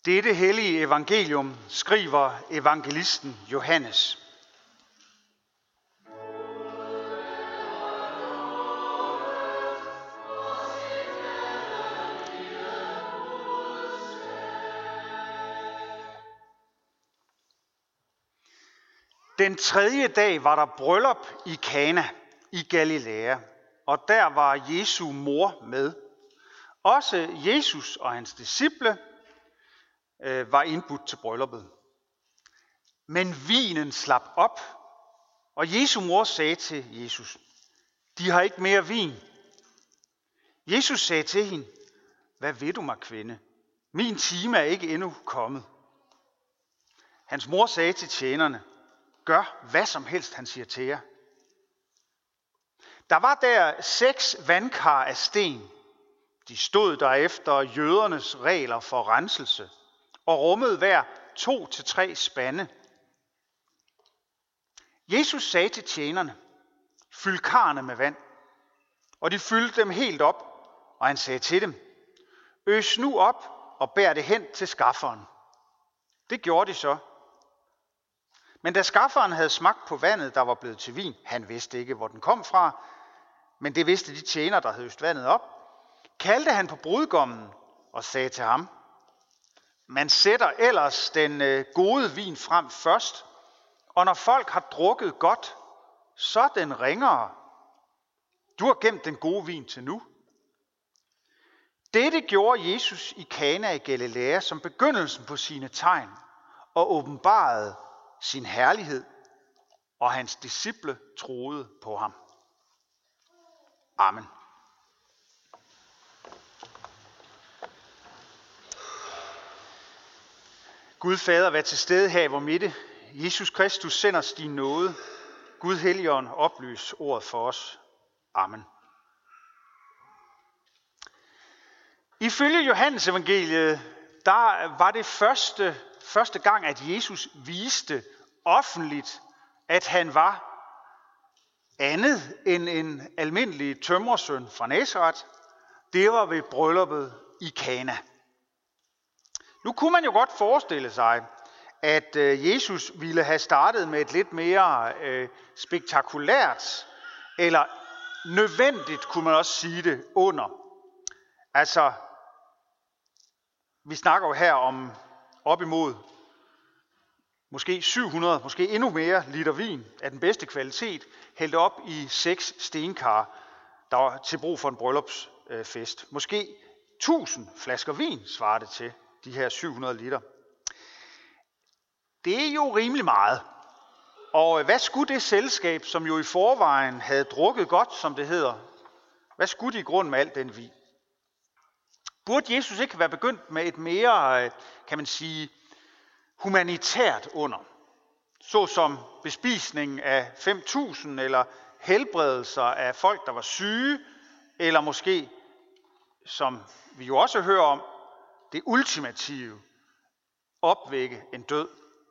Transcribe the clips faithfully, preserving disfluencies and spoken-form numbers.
Dette hellige evangelium skriver evangelisten Johannes. Den tredje dag var der bryllup i Kana i Galilea, og der var Jesu mor med. Også Jesus og hans disciple øh, var indbudt til brylluppet. Men vinen slap op, og Jesu mor sagde til Jesus, de har ikke mere vin. Jesus sagde til hende, hvad ved du mig, kvinde? Min time er ikke endnu kommet. Hans mor sagde til tjenerne, gør hvad som helst, han siger til jer. Der var der seks vandkar af sten. De stod der efter jødernes regler for renselse, og rummede hver to til tre spande. Jesus sagde til tjenerne, fyld karrene med vand, og de fyldte dem helt op, og han sagde til dem, øs nu op og bær det hen til skafferen. Det gjorde de så. Men da skafferen havde smagt på vandet, der var blevet til vin, han vidste ikke, hvor den kom fra, men det vidste de tjenere, der havde øst vandet op, kaldte han på brudgommen og sagde til ham, man sætter ellers den gode vin frem først, og når folk har drukket godt, så den ringere. Du har gemt den gode vin til nu. Dette gjorde Jesus i Kana i Galilea som begyndelsen på sine tegn, og åbenbarede sin herlighed, og hans disciple troede på ham. Amen. Gud Fader, vær til stede her i vor midte. Jesus Kristus, send os din nåde. Gud Helligånd, oplys ordet for os. Amen. Ifølge Johannes evangeliet, der var det første, første gang, at Jesus viste offentligt, at han var andet end en almindelig tømrersøn fra Nazaret. Det var ved brylluppet i Kana. Nu kunne man jo godt forestille sig, at Jesus ville have startet med et lidt mere øh, spektakulært, eller nødvendigt, kunne man også sige det, under. Altså, vi snakker jo her om op imod måske syv hundrede, måske endnu mere liter vin af den bedste kvalitet, hældt op i seks stenkar, der var til brug for en bryllupsfest. Måske tusind flasker vin svarer det til, de her syv hundrede liter. Det er jo rimelig meget. Og hvad skulle det selskab, som jo i forvejen havde drukket godt, som det hedder, hvad skulle de i grund med alt den vin? Burde Jesus ikke være begyndt med et mere, kan man sige, humanitært under? Såsom bespisningen af fem tusind, eller helbredelser af folk, der var syge, eller måske, som vi jo også hører om, det ultimative, opvække en død.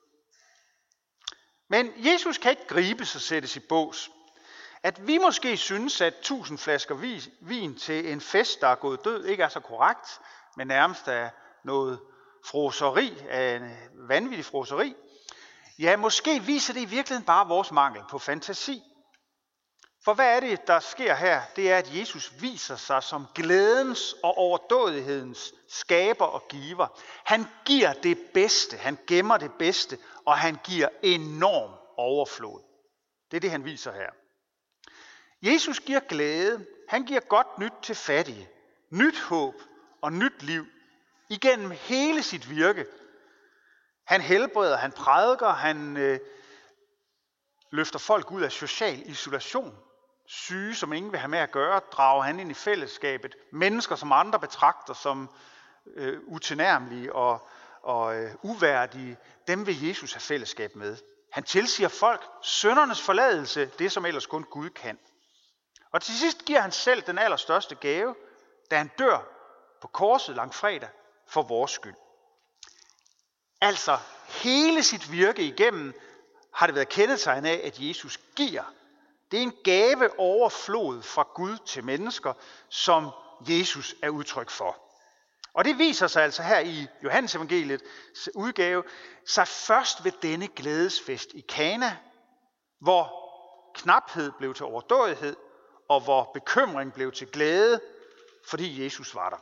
Men Jesus kan ikke gribes og sættes i bås. At vi måske synes, at tusind flasker vin til en fest, der er gået død, ikke er så korrekt, men nærmest er noget froseri, af en vanvittig froseri. Ja, måske viser det i virkeligheden bare vores mangel på fantasi. For hvad er det, der sker her? Det er, at Jesus viser sig som glædens og overdådighedens skaber og giver. Han giver det bedste, han gemmer det bedste, og han giver enorm overflod. Det er det, han viser her. Jesus giver glæde, han giver godt nyt til fattige, nyt håb og nyt liv igennem hele sit virke. Han helbreder, han prædiker, han øh, løfter folk ud af social isolation. Syge, som ingen vil have med at gøre, drager han ind i fællesskabet. Mennesker, som andre betragter som øh, utilnærmelige og, og øh, uværdige, dem vil Jesus have fællesskab med. Han tilsiger folk syndernes forladelse, det som ellers kun Gud kan. Og til sidst giver han selv den allerstørste gave, da han dør på korset langfredag for vores skyld. Altså hele sit virke igennem har det været kendetegn af, at Jesus giver. Det er en gave overflod fra Gud til mennesker, som Jesus er udtryk for. Og det viser sig altså her i Johannes evangeliets udgave, sig først ved denne glædesfest i Kana, hvor knaphed blev til overdådighed, og hvor bekymring blev til glæde, fordi Jesus var der.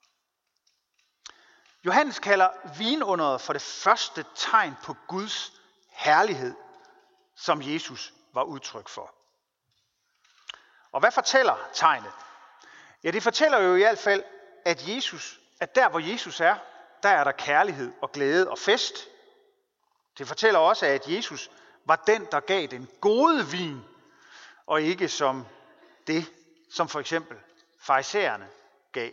Johannes kalder vinunderet for det første tegn på Guds herlighed, som Jesus var udtryk for. Og hvad fortæller tegnet? Ja, det fortæller jo i hvert fald, at Jesus, at der hvor Jesus er, der er der kærlighed og glæde og fest. Det fortæller også, at Jesus var den, der gav den gode vin, og ikke som det, som for eksempel farisæerne gav.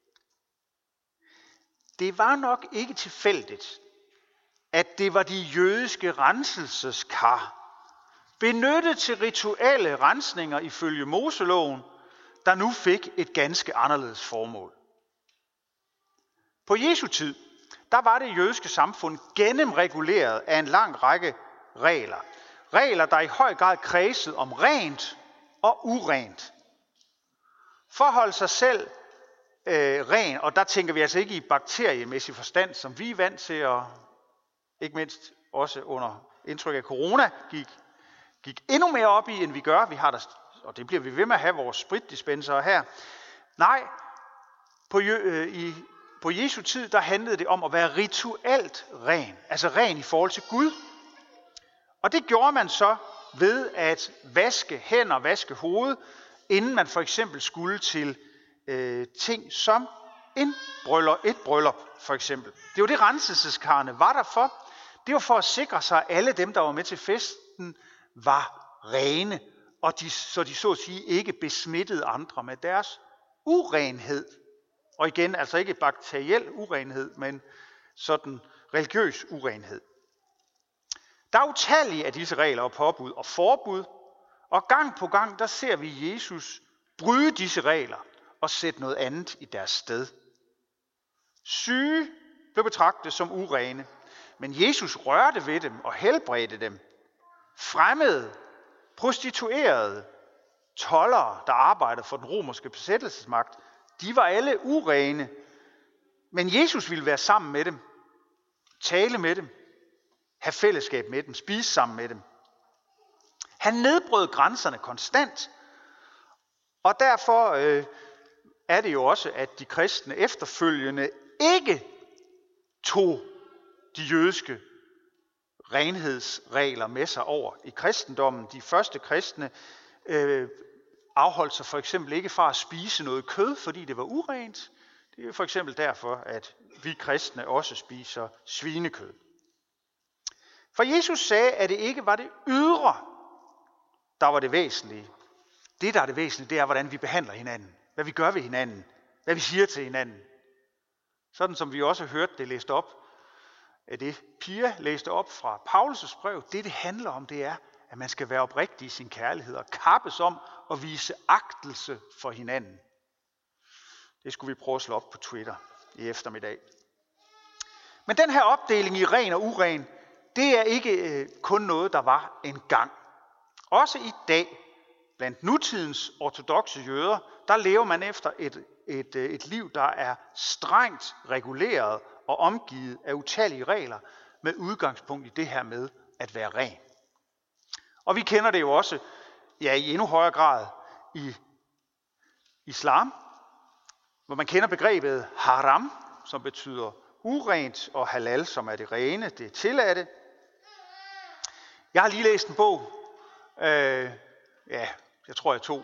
Det var nok ikke tilfældigt, at det var de jødiske renselseskar, benyttet til rituelle rensninger ifølge Moseloven, der nu fik et ganske anderledes formål. På Jesu tid, der var det jødiske samfund gennemreguleret af en lang række regler. Regler, der i høj grad kredsede om rent og urent. Forhold sig selv øh, ren, og der tænker vi altså ikke i bakteriemæssig forstand, som vi er vant til, og ikke mindst også under indtryk af corona, gik, gik endnu mere op i, end vi gør. Vi har der, og det bliver vi ved med at have vores spritdispenser her. Nej, på, øh, i, på Jesu tid, der handlede det om at være rituelt ren, altså ren i forhold til Gud. Og det gjorde man så ved at vaske hænder, vaske hoved, inden man for eksempel skulle til øh, ting som en bryllup, et bryllup for eksempel. Det var det renselseskarne var der for. Det var for at sikre sig, at alle dem, der var med til festen, var rene, og de, så de så at sige ikke besmittede andre med deres urenhed. Og igen, altså ikke bakteriel urenhed, men sådan religiøs urenhed. Der er utallige af disse regler og påbud og forbud, og gang på gang, der ser vi Jesus bryde disse regler og sætte noget andet i deres sted. Syge blev betragtet som urene, men Jesus rørte ved dem og helbredte dem. Fremmede, prostituerede, toldere, der arbejdede for den romerske besættelsesmagt, de var alle urene, men Jesus ville være sammen med dem, tale med dem, have fællesskab med dem, spise sammen med dem. Han nedbrød grænserne konstant, og derfor øh, er det jo også, at de kristne efterfølgende ikke tog de jødiske renhedsregler med sig over i kristendommen. De første kristne øh, afholdt sig for eksempel ikke fra at spise noget kød, fordi det var urent. Det er for eksempel derfor, at vi kristne også spiser svinekød. For Jesus sagde, at det ikke var det ydre, der var det væsentlige. Det, der er det væsentlige, det er, hvordan vi behandler hinanden. Hvad vi gør ved hinanden. Hvad vi siger til hinanden. Sådan som vi også hørte det læst op, at det Pia læste op fra Paulus' brev, det det handler om, det er, at man skal være oprigtig i sin kærlighed og kappes om at vise agtelse for hinanden. Det skulle vi prøve at slå op på Twitter i eftermiddag. Men den her opdeling i ren og uren, det er ikke øh, kun noget, der var engang. Også i dag, blandt nutidens ortodokse jøder, der lever man efter et, et, et liv, der er strengt reguleret og omgivet af utallige regler, med udgangspunkt i det her med at være ren. Og vi kender det jo også, ja, i endnu højere grad i islam, hvor man kender begrebet haram, som betyder urent, og halal, som er det rene, det tilladte. Jeg har lige læst en bog, øh, ja, jeg tror jeg tog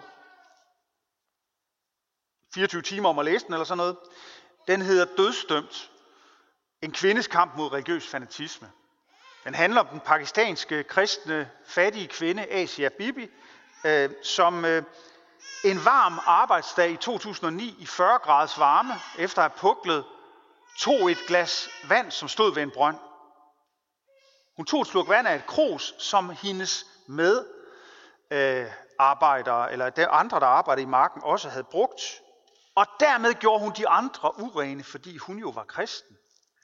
fireogtyve timer om at læse den eller sådan noget. Den hedder Dødsdømt. En kvindes kamp mod religiøs fanatisme. Den handler om den pakistanske kristne fattige kvinde Asia Bibi, øh, som øh, en varm arbejdsdag i to tusind og ni i fyrre graders varme, efter at have puklet, tog et glas vand, som stod ved en brønd. Hun tog et slurk vand af et krus, som hendes medarbejdere, øh, eller de andre, der arbejdede i marken, også havde brugt. Og dermed gjorde hun de andre urene, fordi hun jo var kristen.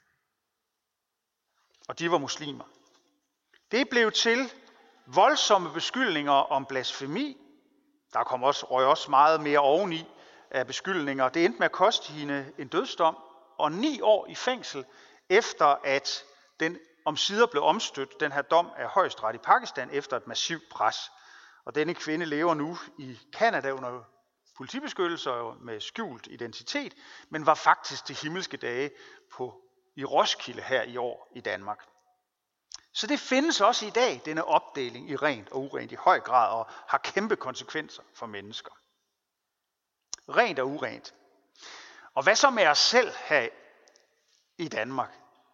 Og de var muslimer. Det blev til voldsomme beskyldninger om blasfemi. Der kom også, røg også meget mere oveni af beskyldninger. Det endte med at koste hende en dødsdom, og ni år i fængsel, efter at den omsider blev omstødt, den her dom af Højesteret i Pakistan, efter et massivt pres. Og denne kvinde lever nu i Canada under politibeskyttelse og med skjult identitet, men var faktisk til himmelske dage på, i Roskilde her i år i Danmark. Så det findes også i dag, denne opdeling i rent og urent i høj grad, og har kæmpe konsekvenser for mennesker. Rent og urent. Og hvad så med os selv her i Danmark?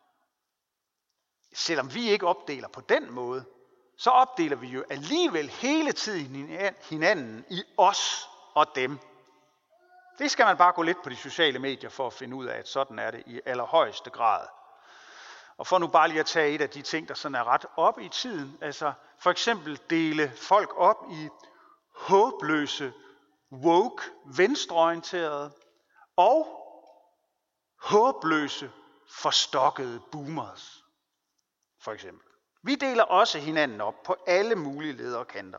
Selvom vi ikke opdeler på den måde, så opdeler vi jo alligevel hele tiden hinanden i os og dem. Det skal man bare gå lidt på de sociale medier for at finde ud af, at sådan er det i allerhøjeste grad. Og for nu bare lige at tage et af de ting, der sådan er ret oppe i tiden, altså for eksempel dele folk op i håbløse, woke, venstreorienterede og håbløse, forstokkede boomers, for eksempel. Vi deler også hinanden op på alle mulige leder og kanter.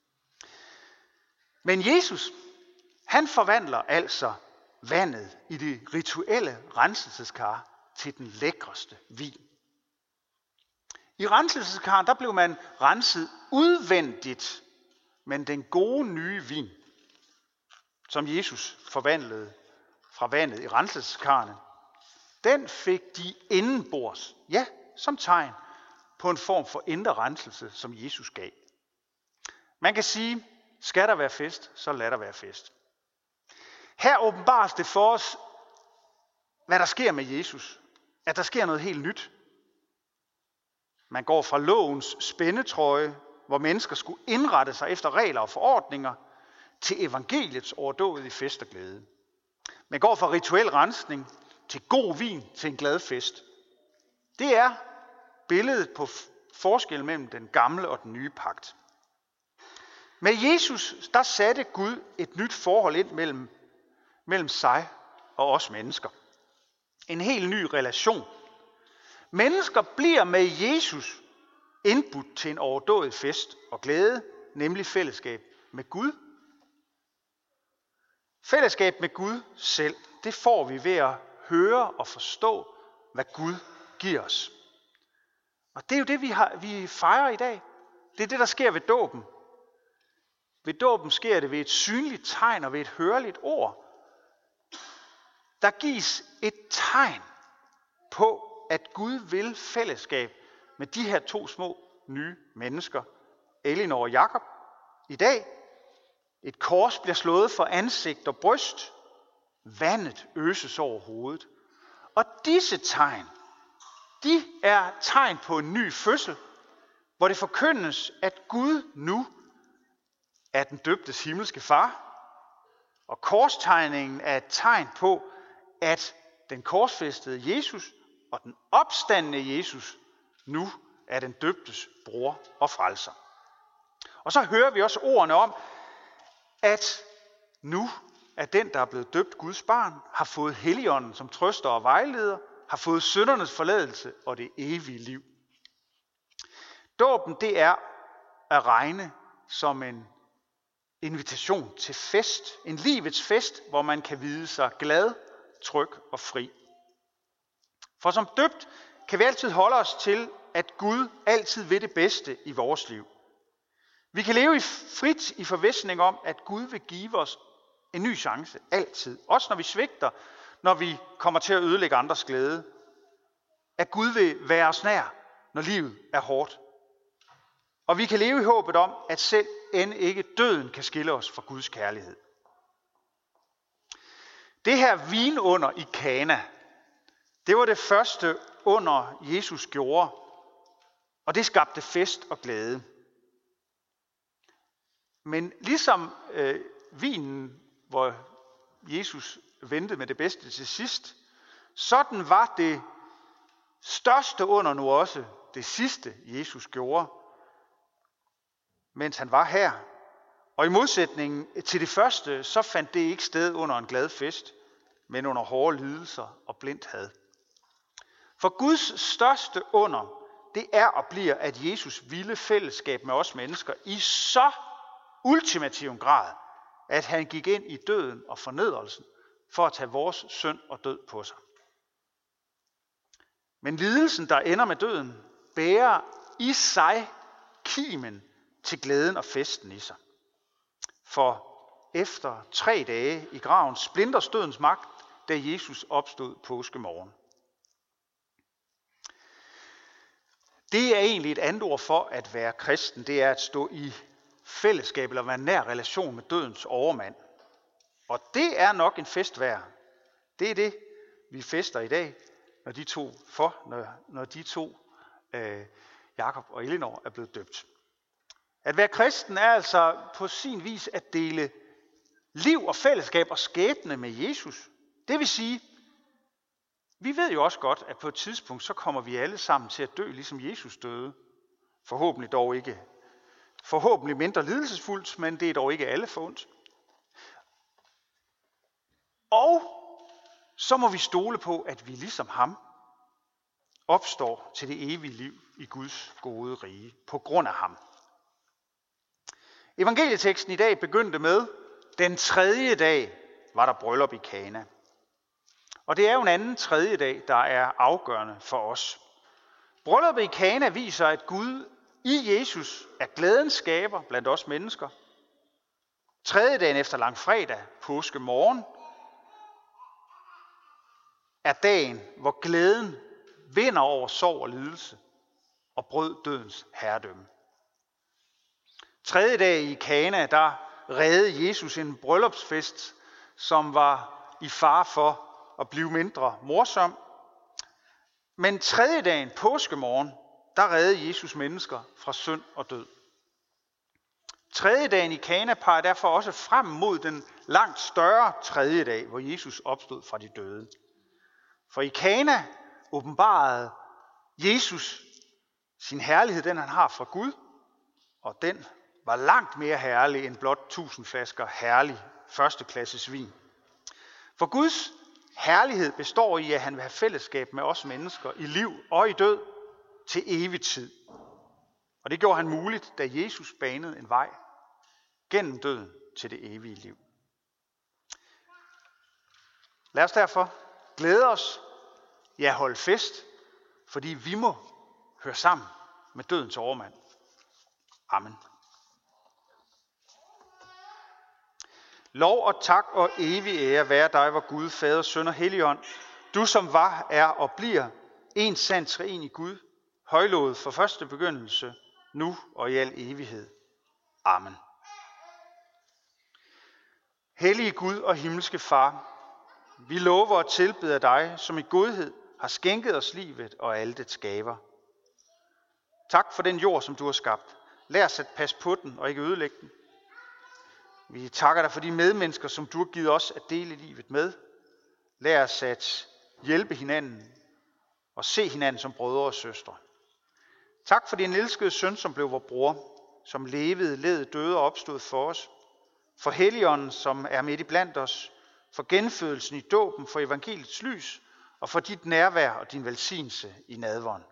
Men Jesus, han forvandler altså vandet i det rituelle renselseskar til den lækreste vin. I renselseskaren, der blev man renset udvendigt, men den gode nye vin, som Jesus forvandlede fra vandet i renselseskarne, den fik de indenbords, ja, som tegn på en form for indre renselse, som Jesus gav. Man kan sige, skal der være fest, så lad der være fest. Her åbenbares det for os, hvad der sker med Jesus. At der sker noget helt nyt. Man går fra lovens spændetrøje, hvor mennesker skulle indrette sig efter regler og forordninger, til evangeliets overdådige fest og glæde. Man går fra rituel rensning til god vin til en glad fest. Det er billedet på forskel mellem den gamle og den nye pagt. Med Jesus, der satte Gud et nyt forhold ind mellem, mellem sig og os mennesker. En helt ny relation. Mennesker bliver med Jesus indbudt til en overdådig fest og glæde, nemlig fællesskab med Gud. Fællesskab med Gud selv, det får vi ved at høre og forstå, hvad Gud giver os. Og det er jo det, vi, har, vi fejrer i dag. Det er det, der sker ved dåben. Ved dåben sker det ved et synligt tegn og ved et hørligt ord. Der gives et tegn på, at Gud vil fællesskab med de her to små nye mennesker, Elinor og Jakob. I dag, et kors bliver slået for ansigt og bryst. Vandet øses over hovedet. Og disse tegn, de er tegn på en ny fødsel, hvor det forkyndes, at Gud nu er den døbtes himmelske far. Og korstegningen er et tegn på, at den korsfæstede Jesus og den opstandne Jesus nu er den døbtes bror og frelser. Og så hører vi også ordene om, at nu er den, der er blevet døbt Guds barn, har fået Helligånden som trøster og vejleder, har fået syndernes forladelse og det evige liv. Dåben, det er at regne som en invitation til fest, en livets fest, hvor man kan vide sig glad, tryg og fri. For som døbt kan vi altid holde os til, at Gud altid vil det bedste i vores liv. Vi kan leve frit i forvisning om, at Gud vil give os en ny chance, altid. Også når vi svigter, når vi kommer til at ødelægge andres glæde. At Gud vil være os nær, når livet er hårdt. Og vi kan leve i håbet om, at selv end ikke døden kan skille os fra Guds kærlighed. Det her vinunder i Kana, det var det første under Jesus gjorde, og det skabte fest og glæde. Men ligesom øh, vinen, hvor Jesus ventede med det bedste til sidst, sådan var det største under nu også det sidste, Jesus gjorde, mens han var her. Og i modsætning til det første, så fandt det ikke sted under en glad fest, men under hårde lidelser og blindt had. For Guds største under, det er og bliver, at Jesus ville fællesskab med os mennesker i så ultimativ en grad, at han gik ind i døden og fornedrelsen for at tage vores synd og død på sig. Men lidelsen, der ender med døden, bærer i sig kimen til glæden og festen i sig. For efter tre dage i graven splinters dødens magt, da Jesus opstod påskemorgen. Det er egentlig et andet ord for at være kristen. Det er at stå i fællesskab eller være nær relation med dødens overmand. Og det er nok en fest værd. Det er det, vi fester i dag, når de to, for, når, når de to øh, Jakob og Elinor, er blevet døbt. At være kristen er altså på sin vis at dele liv og fællesskab og skæbne med Jesus. Det vil sige, vi ved jo også godt, at på et tidspunkt, så kommer vi alle sammen til at dø, ligesom Jesus døde. Forhåbentlig dog ikke. Forhåbentlig mindre lidelsesfuldt, men det er dog ikke alle forundt. Og så må vi stole på, at vi ligesom ham opstår til det evige liv i Guds gode rige på grund af ham. Evangelieteksten i dag begyndte med, den tredje dag var der bryllup i Kana. Og det er jo en anden tredje dag, der er afgørende for os. Brylluppet i Kana viser, at Gud i Jesus er glædens skaber blandt os mennesker. Tredje dagen efter langfredag, påskemorgen, er dagen, hvor glæden vinder over sorg og lidelse og brød dødens herredømme. Tredje dag i Kana, der reddede Jesus en bryllupsfest, som var i fare for at blive mindre morsom. Men tredje dagen, påskemorgen, der reddede Jesus mennesker fra synd og død. Tredje dagen i Kana peger derfor også frem mod den langt større tredje dag, hvor Jesus opstod fra de døde. For i Kana åbenbarede Jesus sin herlighed, den han har fra Gud, og den var langt mere herlig end blot tusind flasker herlig førsteklasses vin. For Guds herlighed består i, at han vil have fællesskab med os mennesker i liv og i død til evig tid. Og det gjorde han muligt, da Jesus banede en vej gennem døden til det evige liv. Lad os derfor glæde os, ja holde fest, fordi vi må høre sammen med dødens overmand. Amen. Lov og tak og evig ære være dig, hvor Gud, Fader, Søn og Helligånd, du som var, er og bliver en sand treenig Gud, højlovet fra første begyndelse, nu og i al evighed. Amen. Hellige Gud og himmelske Far, vi lover og tilbeder dig, som i godhed har skænket os livet og alle dets gaver. Tak for den jord, som du har skabt. Lær os at passe på den og ikke ødelægge den. Vi takker dig for de medmennesker, som du har givet os at dele livet med. Lær os at hjælpe hinanden og se hinanden som brødre og søstre. Tak for din elskede søn, som blev vor bror, som levede, led, døde og opstod for os. For Helligånden, som er midt i blandt os. For genfødelsen i dåben, for evangeliets lys og for dit nærvær og din velsignelse i nadveren.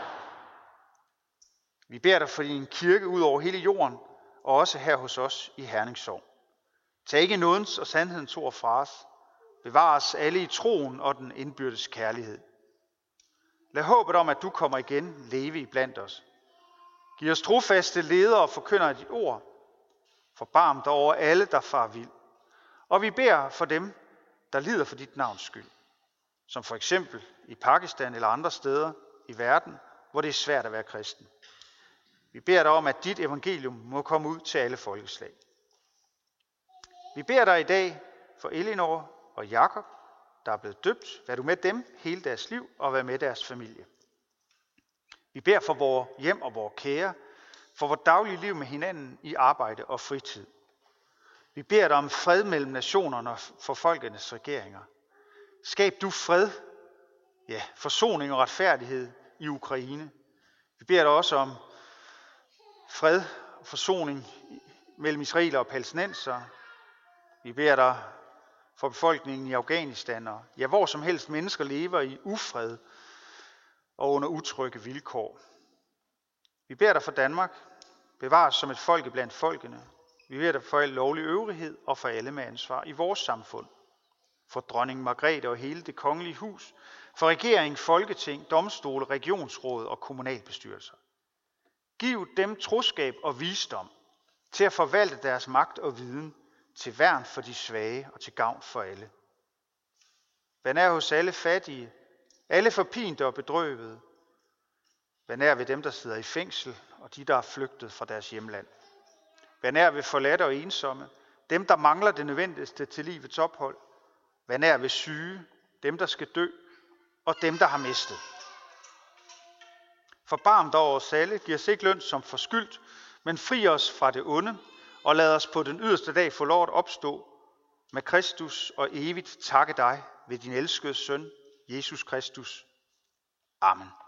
Vi beder dig for din kirke ud over hele jorden, og også her hos os i Herningssorg. Tag ikke nådens og sandhedens ord fra os. Bevar os alle i troen og den indbyrdes kærlighed. Lad håbet om, at du kommer igen, leve i blandt os. Giv os trofaste ledere og forkynder dit ord. Forbarm dig over alle, der far vild. Og vi beder for dem, der lider for dit navns skyld. Som for eksempel i Pakistan eller andre steder i verden, hvor det er svært at være kristen. Vi beder dig om, at dit evangelium må komme ud til alle folkeslag. Vi beder dig i dag for Elinor og Jakob, der er blevet døbt. Vær du med dem hele deres liv og vær med deres familie. Vi beder for vores hjem og vores kære, for vores daglige liv med hinanden i arbejde og fritid. Vi beder dig om fred mellem nationerne og for folkenes regeringer. Skab du fred, ja, forsoning og retfærdighed i Ukraine. Vi beder dig også om fred og forsoning mellem israeler og palæstinensere. Vi beder dig for befolkningen i Afghanistan og ja, hvor som helst mennesker lever i ufred og under utrygge vilkår. Vi beder dig for Danmark. Bevar os som et folk blandt folkene. Vi beder dig for al lovlig øvrighed og for alle med ansvar i vores samfund. For dronning Margrethe og hele det kongelige hus. for regering, folketing, domstole, regionsråd og kommunalbestyrelser. Giv dem troskab og visdom til at forvalte deres magt og viden til værn for de svage og til gavn for alle. Vær nær hos alle fattige, alle forpinte og bedrøvede. Vær nær ved dem, der sidder i fængsel, og de, der er flygtet fra deres hjemland. Vær nær ved forladte og ensomme, dem, der mangler det nødvendigste til livets ophold. Vær nær ved syge, dem, der skal dø, og dem, der har mistet. Forbarm dig over os alle, giv os ikke løn som forskyldt, men fri os fra det onde, og lad os på den yderste dag få lov at opstå med Kristus og evigt takke dig ved din elskede søn, Jesus Kristus. Amen.